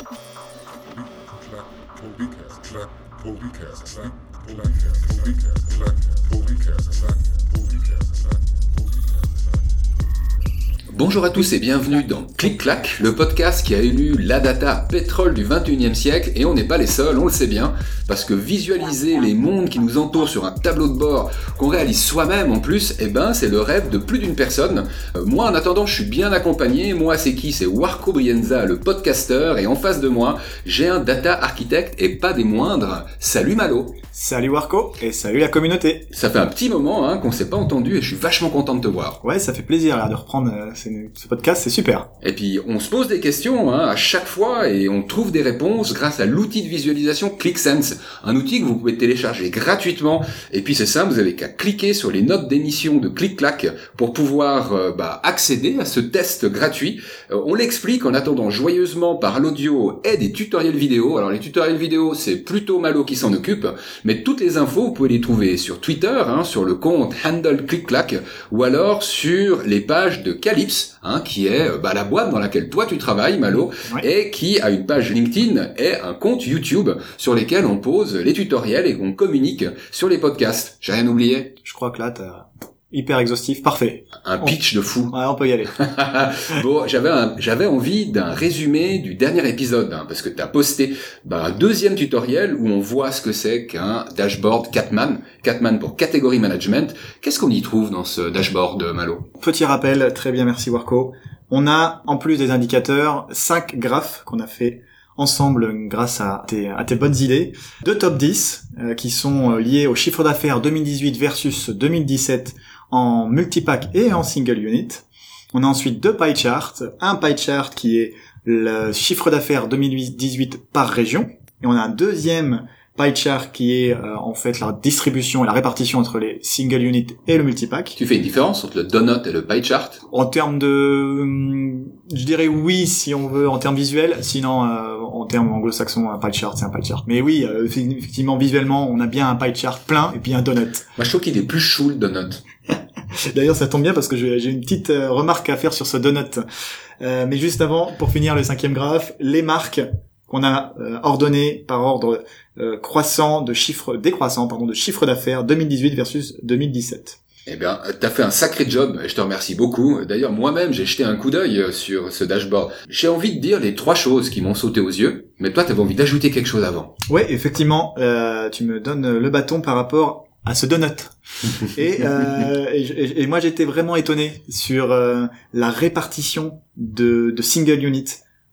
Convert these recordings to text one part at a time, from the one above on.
Bonjour à tous et bienvenue dans Clic-Clac, le podcast qui a élu la data pétrole du 21e siècle, et on n'est pas les seuls, on le sait bien, parce que visualiser les mondes qui nous entourent sur un tableau de bord qu'on réalise soi-même en plus, c'est le rêve de plus d'une personne. Moi en attendant je suis bien accompagné, moi c'est qui? C'est Warco Brienza, le podcasteur, et en face de moi j'ai un data architecte et pas des moindres. Salut Malo. Salut Warco, et salut la communauté. Ça fait un petit moment qu'on s'est pas entendu et je suis vachement content de te voir. Ouais, ça fait plaisir de reprendre ce podcast, c'est super. Et puis on se pose des questions à chaque fois et on trouve des réponses grâce à l'outil de visualisation ClickSense, un outil que vous pouvez télécharger gratuitement. Et puis c'est simple, vous avez qu'à cliquer sur les notes d'émission de Clic-Clac pour pouvoir accéder à ce test gratuit. On l'explique en attendant joyeusement par l'audio et des tutoriels vidéo. Alors les tutoriels vidéo, c'est plutôt Malo qui s'en occupe, mais toutes les infos, vous pouvez les trouver sur Twitter, sur le compte handle Clic-Clac, ou alors sur les pages de Calypse, qui est la boîte dans laquelle toi tu travailles, Malo, ouais. Et qui a une page LinkedIn et un compte YouTube sur lesquels on pose les tutoriels et qu'on communique sur les podcasts. J'ai rien oublié? Je crois que là, t'as hyper exhaustif, parfait. Un pitch de fou. Ouais, on peut y aller. Bon, j'avais envie d'un résumé du dernier épisode, parce que t'as posté un deuxième tutoriel où on voit ce que c'est qu'un dashboard Catman pour Category Management. Qu'est-ce qu'on y trouve dans ce dashboard, Malo? Petit rappel, très bien, merci Warco. On a, en plus des indicateurs, 5 graphes qu'on a fait ensemble grâce à tes bonnes idées, 2 top 10 qui sont liés au chiffre d'affaires 2018 versus 2017 en multipack et en single unit. On a ensuite 2 pie charts, un pie chart qui est le chiffre d'affaires 2018 par région, et on a un deuxième pie chart qui est en fait la distribution et la répartition entre les single unit et le multipack. Tu fais une différence entre le donut et le pie chart? En termes de, je dirais oui si on veut en termes visuels, sinon en termes anglo-saxons un pie chart c'est un pie chart. Mais oui, effectivement visuellement on a bien un pie chart plein et puis un donut. Moi je trouve qu'il est plus chou le donut. D'ailleurs ça tombe bien parce que j'ai une petite remarque à faire sur ce donut. Mais juste avant, pour finir le 5e graphe, les marques qu'on a ordonnées par ordre décroissant de chiffre d'affaires 2018 versus 2017. Eh bien, t'as fait un sacré job, et je te remercie beaucoup. D'ailleurs, moi-même, j'ai jeté un coup d'œil sur ce dashboard. J'ai envie de dire les 3 choses qui m'ont sauté aux yeux, mais toi, t'avais envie d'ajouter quelque chose avant. Ouais, effectivement, tu me donnes le bâton par rapport à ce donut. Et moi, j'étais vraiment étonné sur la répartition de single unit.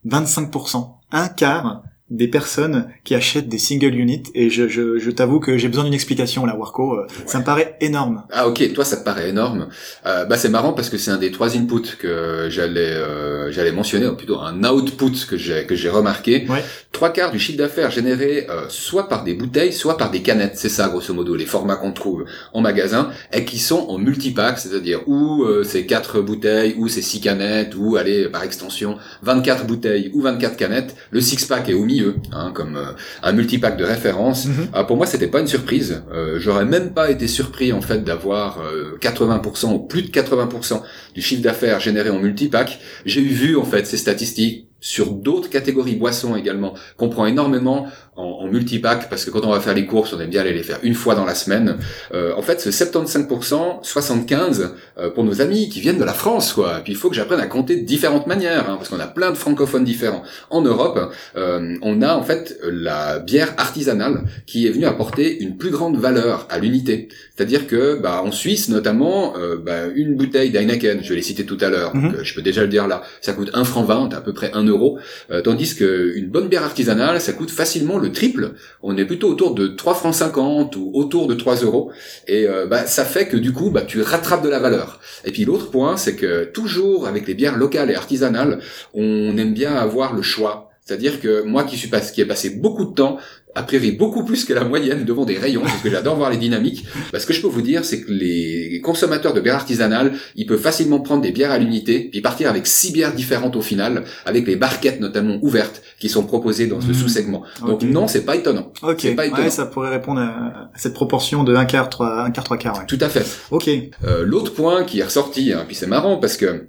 25%. Un quart des personnes qui achètent des single units, et je t'avoue que j'ai besoin d'une explication là, Warco. Ça me paraît énorme. Ah ok, toi ça te paraît énorme. C'est marrant parce que c'est un des 3 inputs que j'allais mentionner, ou plutôt un output que j'ai remarqué. Ouais. 3/4 du chiffre d'affaires généré soit par des bouteilles, soit par des canettes. C'est ça grosso modo les formats qu'on trouve en magasin et qui sont en multipack, c'est-à-dire ou c'est 4 bouteilles, ou c'est 6 canettes, ou allez par extension 24 bouteilles ou 24 canettes. Le six-pack est au milieu. Comme un multipack de référence. Pour moi, c'était pas une surprise. J'aurais même pas été surpris en fait d'avoir 80% ou plus de 80% du chiffre d'affaires généré en multipack. J'ai vu en fait ces statistiques sur d'autres catégories boissons également, qu'on prend énormément en multipack, parce que quand on va faire les courses, on aime bien aller les faire une fois dans la semaine. En fait, ce 75%, 75% pour nos amis qui viennent de la France, quoi. Et puis il faut que j'apprenne à compter de différentes manières, parce qu'on a plein de francophones différents. En Europe, on a en fait la bière artisanale qui est venue apporter une plus grande valeur à l'unité. C'est-à-dire que, en Suisse notamment, une bouteille d'Heineken, je l'ai cité tout à l'heure, donc, je peux déjà le dire là, ça coûte 1,20 franc, à peu près 1 euro, tandis que une bonne bière artisanale, ça coûte facilement le triple. On est plutôt autour de 3,50 francs ou autour de 3 euros. Et ça fait que du coup, tu rattrapes de la valeur. Et puis l'autre point, c'est que toujours avec les bières locales et artisanales, on aime bien avoir le choix. C'est-à-dire que moi qui ai passé beaucoup de temps, a priori beaucoup plus que la moyenne devant des rayons, parce que j'adore voir les dynamiques, ce que je peux vous dire, c'est que les consommateurs de bières artisanales, ils peuvent facilement prendre des bières à l'unité, puis partir avec 6 bières différentes au final, avec les barquettes notamment ouvertes, qui sont proposées dans ce sous-segment. Donc non, c'est pas étonnant. Ok, c'est pas étonnant. Ouais, ça pourrait répondre à cette proportion de 1/4, 3/4. Ouais. Tout à fait. Ok. L'autre point qui est ressorti, puis c'est marrant, parce que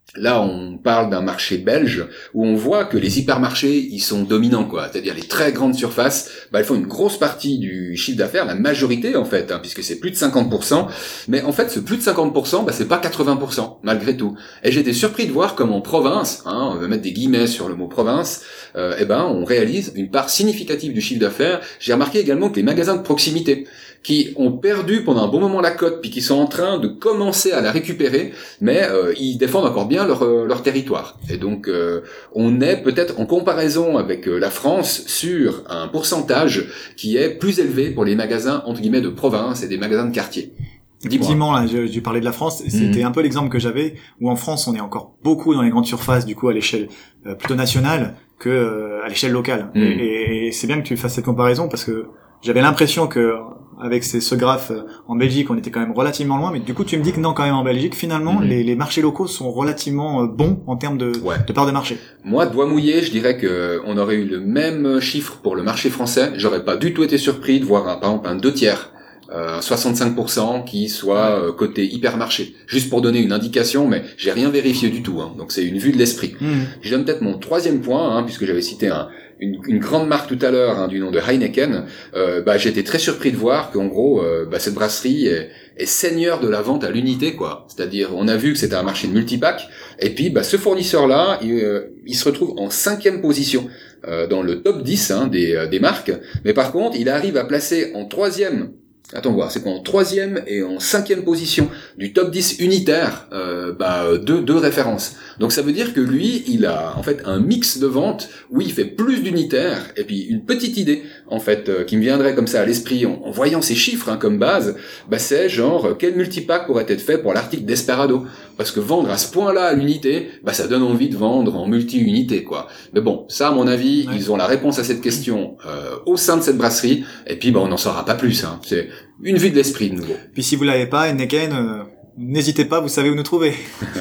Là, on parle d'un marché belge où on voit que les hypermarchés, ils sont dominants, quoi. C'est-à-dire les très grandes surfaces, elles font une grosse partie du chiffre d'affaires, la majorité, en fait, puisque c'est plus de 50%. Mais en fait, ce plus de 50%, c'est pas 80%, malgré tout. Et j'étais surpris de voir comme en province, on va mettre des guillemets sur le mot province, on réalise une part significative du chiffre d'affaires. J'ai remarqué également que les magasins de proximité, qui ont perdu pendant un bon moment la cote, puis qui sont en train de commencer à la récupérer, mais ils défendent encore bien leur territoire. Et donc, on est peut-être en comparaison avec la France sur un pourcentage qui est plus élevé pour les magasins, entre guillemets, de province et des magasins de quartier. Effectivement, là, tu parlais de la France, c'était un peu l'exemple que j'avais, où en France, on est encore beaucoup dans les grandes surfaces, du coup, à l'échelle plutôt nationale que à l'échelle locale. Et c'est bien que tu fasses cette comparaison, parce que j'avais l'impression que avec ce graphe en Belgique, on était quand même relativement loin, mais du coup, tu me dis que non, quand même en Belgique, finalement, les marchés locaux sont relativement bons en termes de part de marché. Moi, doigt mouillé, je dirais que on aurait eu le même chiffre pour le marché français. J'aurais pas du tout été surpris de voir, par exemple, un 2/3. 65% qui soit côté hypermarché. Juste pour donner une indication, mais j'ai rien vérifié du tout, donc c'est une vue de l'esprit. Je donne peut-être mon troisième point, puisque j'avais cité une grande marque tout à l'heure, du nom de Heineken. J'ai été très surpris de voir qu'en gros, cette brasserie est seigneur de la vente à l'unité, quoi. C'est-à-dire, on a vu que c'était un marché de multipack, et puis ce fournisseur-là, il se retrouve en 5e position dans le top 10 des marques, mais par contre, il arrive à placer en 3e. Attends voir, c'est quoi en 3e et en 5e position du top 10 unitaire, deux références. Donc ça veut dire que lui, il a en fait un mix de vente où il fait plus d'unitaires, et puis une petite idée en fait qui me viendrait comme ça à l'esprit en voyant ces chiffres comme base, c'est genre quel multipack pourrait être fait pour l'article Desperado, parce que vendre à ce point-là à l'unité, ça donne envie de vendre en multi-unité, quoi. Mais bon, ça à mon avis, ils ont la réponse à cette question au sein de cette brasserie, et puis on n'en saura pas plus. C'est une vue de l'esprit de nouveau. Puis si vous l'avez pas, Heineken, n'hésitez pas, vous savez où nous trouver.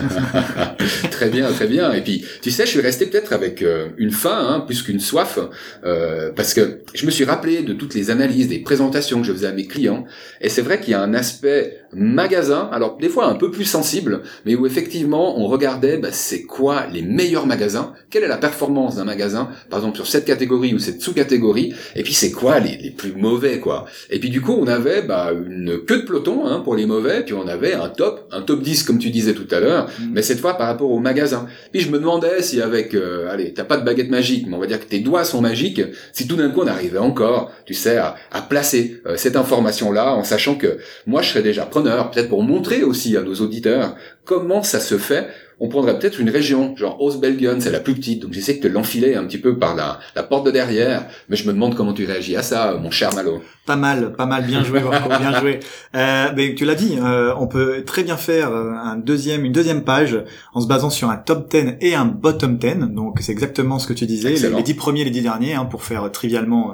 Très bien, très bien. Et puis, tu sais, je suis resté peut-être avec une faim, plus qu'une soif, parce que je me suis rappelé de toutes les analyses, des présentations que je faisais à mes clients, et c'est vrai qu'il y a un aspect magasin, alors des fois un peu plus sensible, mais où effectivement on regardait c'est quoi les meilleurs magasins, quelle est la performance d'un magasin, par exemple sur cette catégorie ou cette sous-catégorie, et puis c'est quoi les plus mauvais, quoi. Et puis du coup on avait une queue de peloton pour les mauvais, puis on avait un top 10 comme tu disais tout à l'heure, mais cette fois par rapport au magasin. Puis je me demandais si avec t'as pas de baguette magique, mais on va dire que tes doigts sont magiques, si tout d'un coup on arrivait encore, tu sais, à placer cette information là, en sachant que moi je serais déjà peut-être pour montrer aussi à nos auditeurs comment ça se fait. On prendrait peut-être une région, genre Ostbelgien, c'est la plus petite, donc j'essaie de te l'enfiler un petit peu par la porte de derrière, mais je me demande comment tu réagis à ça, mon cher Malo. Pas mal, bien joué, Marco, bien joué. Mais tu l'as dit, on peut très bien faire une deuxième page en se basant sur un top 10 et un bottom 10, donc c'est exactement ce que tu disais, les 10 premiers, les 10 derniers, pour faire trivialement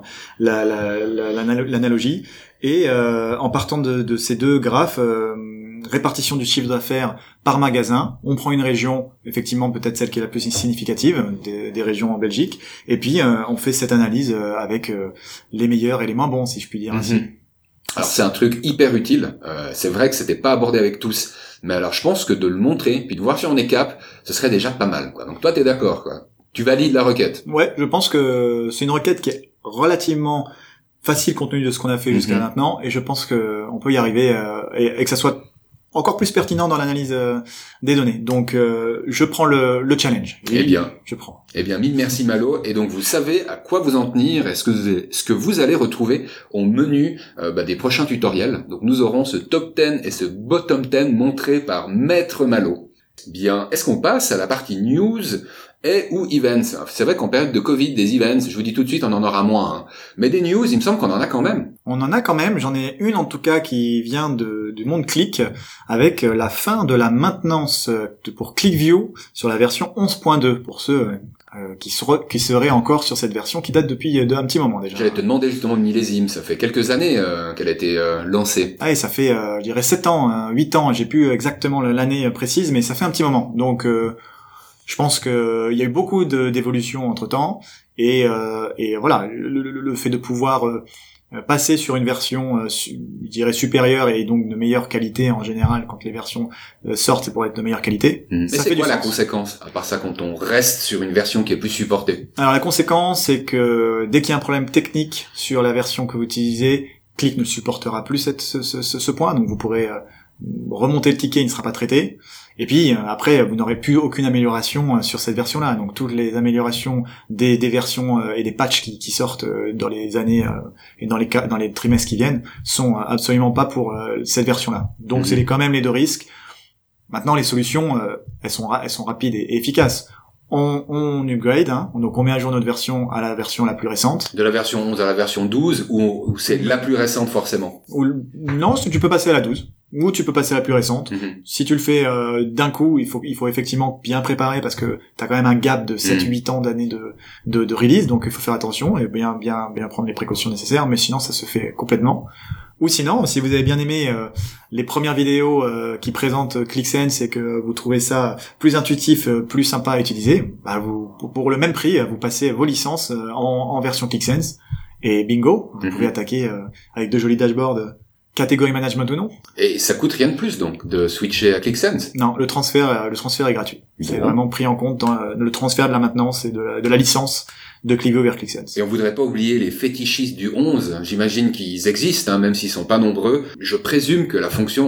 l'analogie. Et en partant de ces deux graphes, répartition du chiffre d'affaires par magasin, on prend une région, effectivement peut-être celle qui est la plus significative des régions en Belgique, et puis on fait cette analyse avec les meilleurs et les moins bons, si je puis dire ainsi. Alors c'est un truc hyper utile, c'est vrai que c'était pas abordé avec tous, mais alors je pense que de le montrer, puis de voir si on est cap, ce serait déjà pas mal, quoi. Donc toi t'es d'accord, quoi. Tu valides la requête? Ouais, je pense que c'est une requête qui est relativement facile compte tenu de ce qu'on a fait jusqu'à maintenant, et je pense que on peut y arriver et que ça soit encore plus pertinent dans l'analyse des données. Donc je prends le challenge. Je prends. Eh bien, mille merci Malo. Et donc vous savez à quoi vous en tenir et ce que vous allez retrouver au menu des prochains tutoriels. Donc nous aurons ce top 10 et ce bottom 10 montré par Maître Malo. Bien, est-ce qu'on passe à la partie news et ou events? C'est vrai qu'en période de Covid, des events, je vous dis tout de suite, on en aura moins. Mais des news, il me semble qu'on en a quand même. On en a quand même, j'en ai une en tout cas qui vient du monde Click, avec la fin de la maintenance pour ClickView sur la version 11.2, pour ceux qui seraient encore sur cette version qui date depuis un petit moment déjà. J'allais te demander justement le millésime, ça fait quelques années qu'elle a été lancée. Ah, et ça fait, je dirais 7 ans, 8 ans, j'ai plus exactement l'année précise, mais ça fait un petit moment. Donc je pense que il y a eu beaucoup d'évolutions entre temps, et voilà, le fait de pouvoir passer sur une version, je dirais supérieure et donc de meilleure qualité en général. Quand les versions sortent, c'est pour être de meilleure qualité. Mais c'est quoi la conséquence, à part ça, quand on reste sur une version qui est plus supportée? Alors la conséquence, c'est que dès qu'il y a un problème technique sur la version que vous utilisez, Qlik ne supportera plus ce point, donc vous pourrez remonter le ticket, il ne sera pas traité. Et puis après, vous n'aurez plus aucune amélioration sur cette version-là. Donc toutes les améliorations des versions et des patchs qui sortent dans les années et dans les trimestres qui viennent sont absolument pas pour cette version-là. Donc c'est quand même les deux risques. Maintenant, les solutions, elles sont rapides et efficaces. On upgrade, donc on met à jour notre version à la version la plus récente. De la version 11 à la version 12, ou c'est la plus récente forcément? Non, tu peux passer à la 12. Ou tu peux passer à la plus récente. Si tu le fais d'un coup, il faut effectivement bien préparer parce que t'as quand même un gap de 7-8 ans d'années de release, donc il faut faire attention et bien prendre les précautions nécessaires, mais sinon ça se fait complètement. Ou sinon, si vous avez bien aimé les premières vidéos qui présentent QlikSense et que vous trouvez ça plus intuitif, plus sympa à utiliser, bah pour le même prix, vous passez vos licences en version QlikSense et bingo, vous pouvez attaquer avec de jolis dashboards catégorie management ou non. Et ça coûte rien de plus, donc, de switcher à QlikSense? Non, le transfert est gratuit. Bon. C'est vraiment pris en compte dans le transfert de la maintenance et de la licence de QlikView vers QlikSense. Et on voudrait pas oublier les fétichistes du 11. J'imagine qu'ils existent, même s'ils sont pas nombreux. Je présume que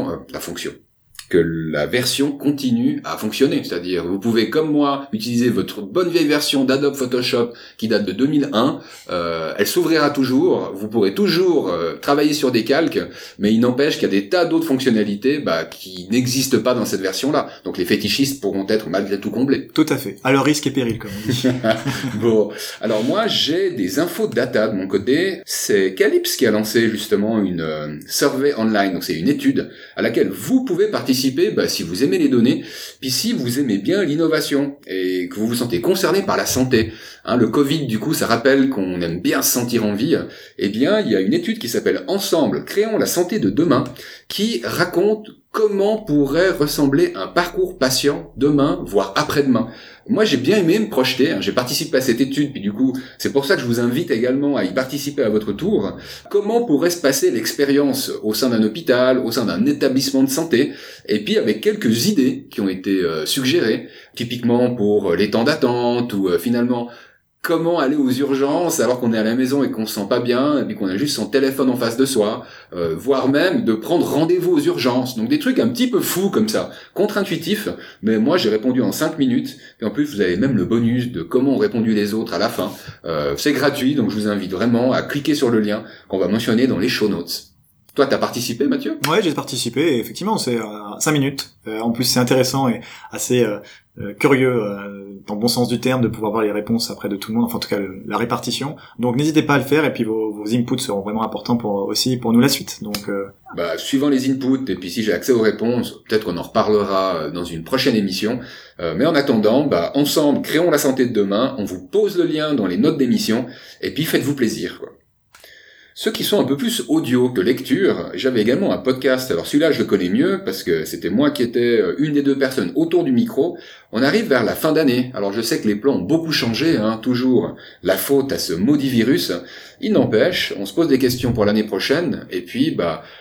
que la version continue à fonctionner. C'est-à-dire, vous pouvez, comme moi, utiliser votre bonne vieille version d'Adobe Photoshop qui date de 2001. Elle s'ouvrira toujours. Vous pourrez toujours travailler sur des calques, mais il n'empêche qu'il y a des tas d'autres fonctionnalités qui n'existent pas dans cette version-là. Donc les fétichistes pourront être malgré tout comblés. Tout à fait. À leur risque et péril, comme on dit. Bon, alors moi, j'ai des infos data de mon côté. C'est Calypse qui a lancé justement une survey online. Donc c'est une étude à laquelle vous pouvez participer si vous aimez les données, puis si vous aimez bien l'innovation et que vous vous sentez concerné par la santé. Le Covid, du coup, ça rappelle qu'on aime bien se sentir en vie. Eh bien, il y a une étude qui s'appelle Ensemble, créons la santé de demain, qui raconte comment pourrait ressembler un parcours patient demain, voire après-demain. Moi, j'ai bien aimé me projeter. J'ai participé à cette étude, puis du coup, c'est pour ça que je vous invite également à y participer à votre tour. Comment pourrait se passer l'expérience au sein d'un hôpital, au sein d'un établissement de santé, et puis avec quelques idées qui ont été suggérées, typiquement pour les temps d'attente, ou finalement comment aller aux urgences alors qu'on est à la maison et qu'on se sent pas bien, et puis qu'on a juste son téléphone en face de soi, voire même de prendre rendez-vous aux urgences. Donc des trucs un petit peu fous comme ça, contre-intuitifs, mais moi j'ai répondu en 5 minutes, et en plus vous avez même le bonus de comment ont répondu les autres à la fin. C'est gratuit, donc je vous invite vraiment à cliquer sur le lien qu'on va mentionner dans les show notes. Toi, t'as participé, Mathieu? Ouais, j'ai participé, et effectivement, c'est 5 minutes. En plus, c'est intéressant et assez curieux, dans le bon sens du terme, de pouvoir voir les réponses après de tout le monde, enfin en tout cas la répartition. Donc n'hésitez pas à le faire, et puis vos inputs seront vraiment importants pour nous la suite. Donc suivant les inputs, et puis si j'ai accès aux réponses, peut-être qu'on en reparlera dans une prochaine émission. Mais en attendant, ensemble, créons la santé de demain. On vous pose le lien dans les notes d'émission, et puis faites-vous plaisir, quoi. Ceux qui sont un peu plus audio que lecture, j'avais également un podcast. Alors celui-là, je le connais mieux parce que c'était moi qui étais une des deux personnes autour du micro. On arrive vers la fin d'année. Alors je sais que les plans ont beaucoup changé, toujours la faute à ce maudit virus. Il n'empêche, on se pose des questions pour l'année prochaine. Et puis,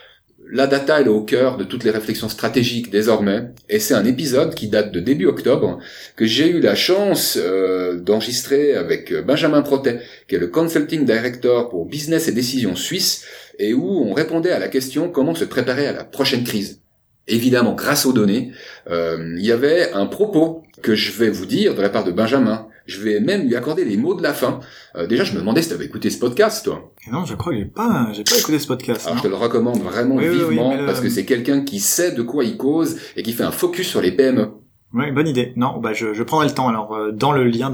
la data, elle est au cœur de toutes les réflexions stratégiques désormais, et c'est un épisode qui date de début octobre, que j'ai eu la chance d'enregistrer avec Benjamin Protet, qui est le Consulting Director pour Business et Décisions Suisse, et où on répondait à la question comment se préparer à la prochaine crise. Évidemment, grâce aux données, il y avait un propos que je vais vous dire de la part de Benjamin. Je vais même lui accorder les mots de la fin. Déjà, je me demandais si tu avais écouté ce podcast, toi. Non, je crois que j'ai pas écouté ce podcast. Alors, je te le recommande vraiment vivement, parce que c'est quelqu'un qui sait de quoi il cause et qui fait un focus sur les PME. Oui, bonne idée. Non, je prendrai le temps. Alors, dans le lien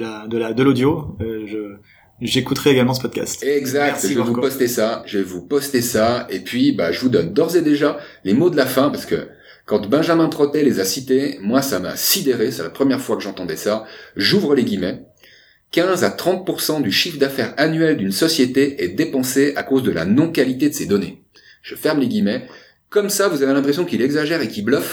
de l'audio, j'écouterai également ce podcast. Exact. Merci, je vais vous poster ça. Et puis, je vous donne d'ores et déjà les mots de la fin, parce que quand Benjamin Protet les a cités, moi ça m'a sidéré, c'est la première fois que j'entendais ça. J'ouvre les guillemets. 15 à 30% du chiffre d'affaires annuel d'une société est dépensé à cause de la non-qualité de ses données. Je ferme les guillemets. Comme ça, vous avez l'impression qu'il exagère et qu'il bluffe.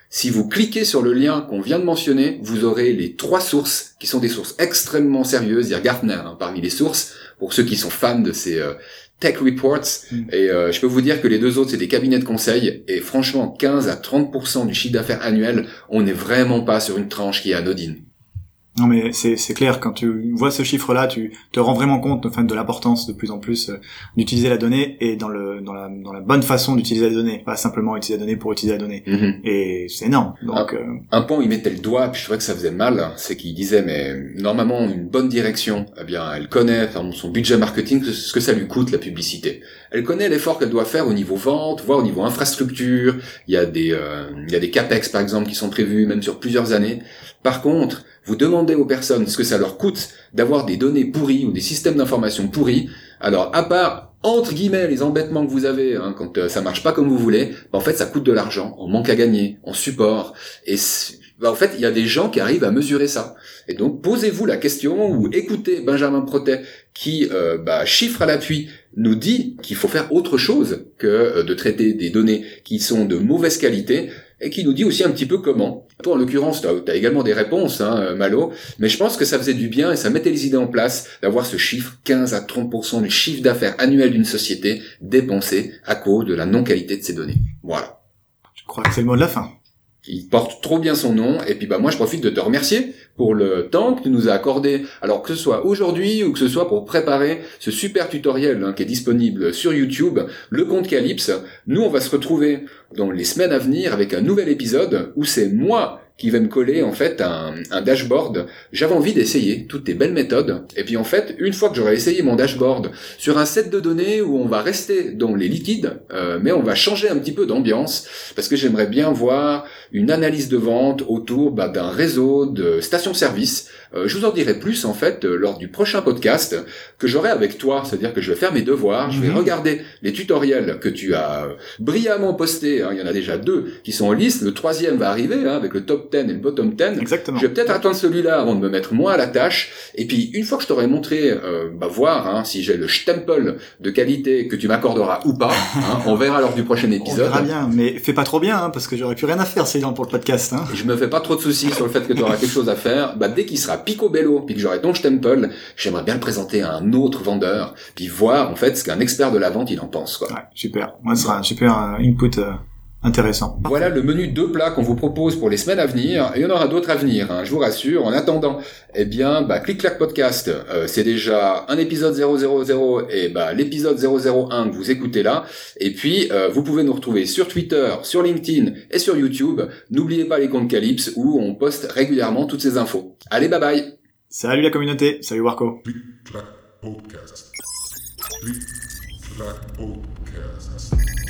Si vous cliquez sur le lien qu'on vient de mentionner, vous aurez les 3 sources qui sont des sources extrêmement sérieuses. Il y a Gartner parmi les sources, pour ceux qui sont fans de ces tech reports. Et je peux vous dire que les 2 autres, c'est des cabinets de conseil. Et franchement, 15 à 30% du chiffre d'affaires annuel, on n'est vraiment pas sur une tranche qui est anodine. Non mais c'est clair, quand tu vois ce chiffre-là, tu te rends vraiment compte de l'importance de plus en plus d'utiliser la donnée et dans la bonne façon d'utiliser la donnée, pas simplement utiliser la donnée pour utiliser la donnée. Et c'est énorme. Donc un point où il mettait le doigt, puis je trouvais que ça faisait mal, c'est qu'il disait mais normalement une bonne direction, eh bien elle connaît dans son budget marketing ce que ça lui coûte la publicité. Elle connaît l'effort qu'elle doit faire au niveau vente, voire au niveau infrastructure. Il y a des capex par exemple qui sont prévus même sur plusieurs années. Par contre, vous demandez aux personnes ce que ça leur coûte d'avoir des données pourries ou des systèmes d'information pourris. Alors, à part, entre guillemets, les embêtements que vous avez quand ça marche pas comme vous voulez, en fait, ça coûte de l'argent, on manque à gagner, on support. Et en fait, il y a des gens qui arrivent à mesurer ça. Et donc, posez-vous la question ou écoutez Benjamin Protet qui, chiffre à l'appui, nous dit qu'il faut faire autre chose que de traiter des données qui sont de mauvaise qualité, et qui nous dit aussi un petit peu comment. Toi, en l'occurrence, t'as également des réponses, Malo, mais je pense que ça faisait du bien et ça mettait les idées en place d'avoir ce chiffre, 15 à 30% du chiffre d'affaires annuel d'une société dépensé à cause de la non-qualité de ses données. Voilà. Je crois que c'est le mot de la fin. Il porte trop bien son nom, et puis moi je profite de te remercier pour le temps que tu nous as accordé, alors que ce soit aujourd'hui ou que ce soit pour préparer ce super tutoriel qui est disponible sur YouTube, le compte Calypse. Nous on va se retrouver dans les semaines à venir avec un nouvel épisode où c'est moi qui va me coller en fait un dashboard. J'avais envie d'essayer toutes tes belles méthodes, et puis en fait une fois que j'aurai essayé mon dashboard sur un set de données où on va rester dans les liquides, mais on va changer un petit peu d'ambiance, parce que j'aimerais bien voir une analyse de vente autour d'un réseau de stations-service. Je vous en dirai plus en fait lors du prochain podcast que j'aurai avec toi, c'est-à-dire que je vais faire mes devoirs, je vais regarder les tutoriels que tu as brillamment postés, il y en a déjà 2 qui sont en liste, le 3e va arriver avec le top 10 et le bottom 10. Exactement. Je vais peut-être attendre celui-là avant de me mettre moi à la tâche, et puis une fois que je t'aurai montré, voir si j'ai le stempel de qualité que tu m'accorderas ou pas, on verra lors du prochain épisode. On verra bien, mais fais pas trop bien, parce que j'aurais plus rien à faire sinon pour le podcast. Et je me fais pas trop de soucis sur le fait que tu auras quelque chose à faire. Dès qu'il sera picobello, puis que j'aurai ton stempel, j'aimerais bien le présenter à un autre vendeur, puis voir en fait ce qu'un expert de la vente il en pense, quoi. Ouais, super. Moi, ce sera un super input intéressant. Voilà le menu 2 plats qu'on vous propose pour les semaines à venir, et il y en aura d'autres à venir, je vous rassure. En attendant, Click Clack Podcast, c'est déjà un épisode 000 et l'épisode 001 que vous écoutez là, et puis vous pouvez nous retrouver sur Twitter, sur LinkedIn et sur YouTube. N'oubliez pas les comptes Calypse où on poste régulièrement toutes ces infos. Allez, bye bye. Salut la communauté, salut Warco. Click Clack Podcast. Click Clack Podcast.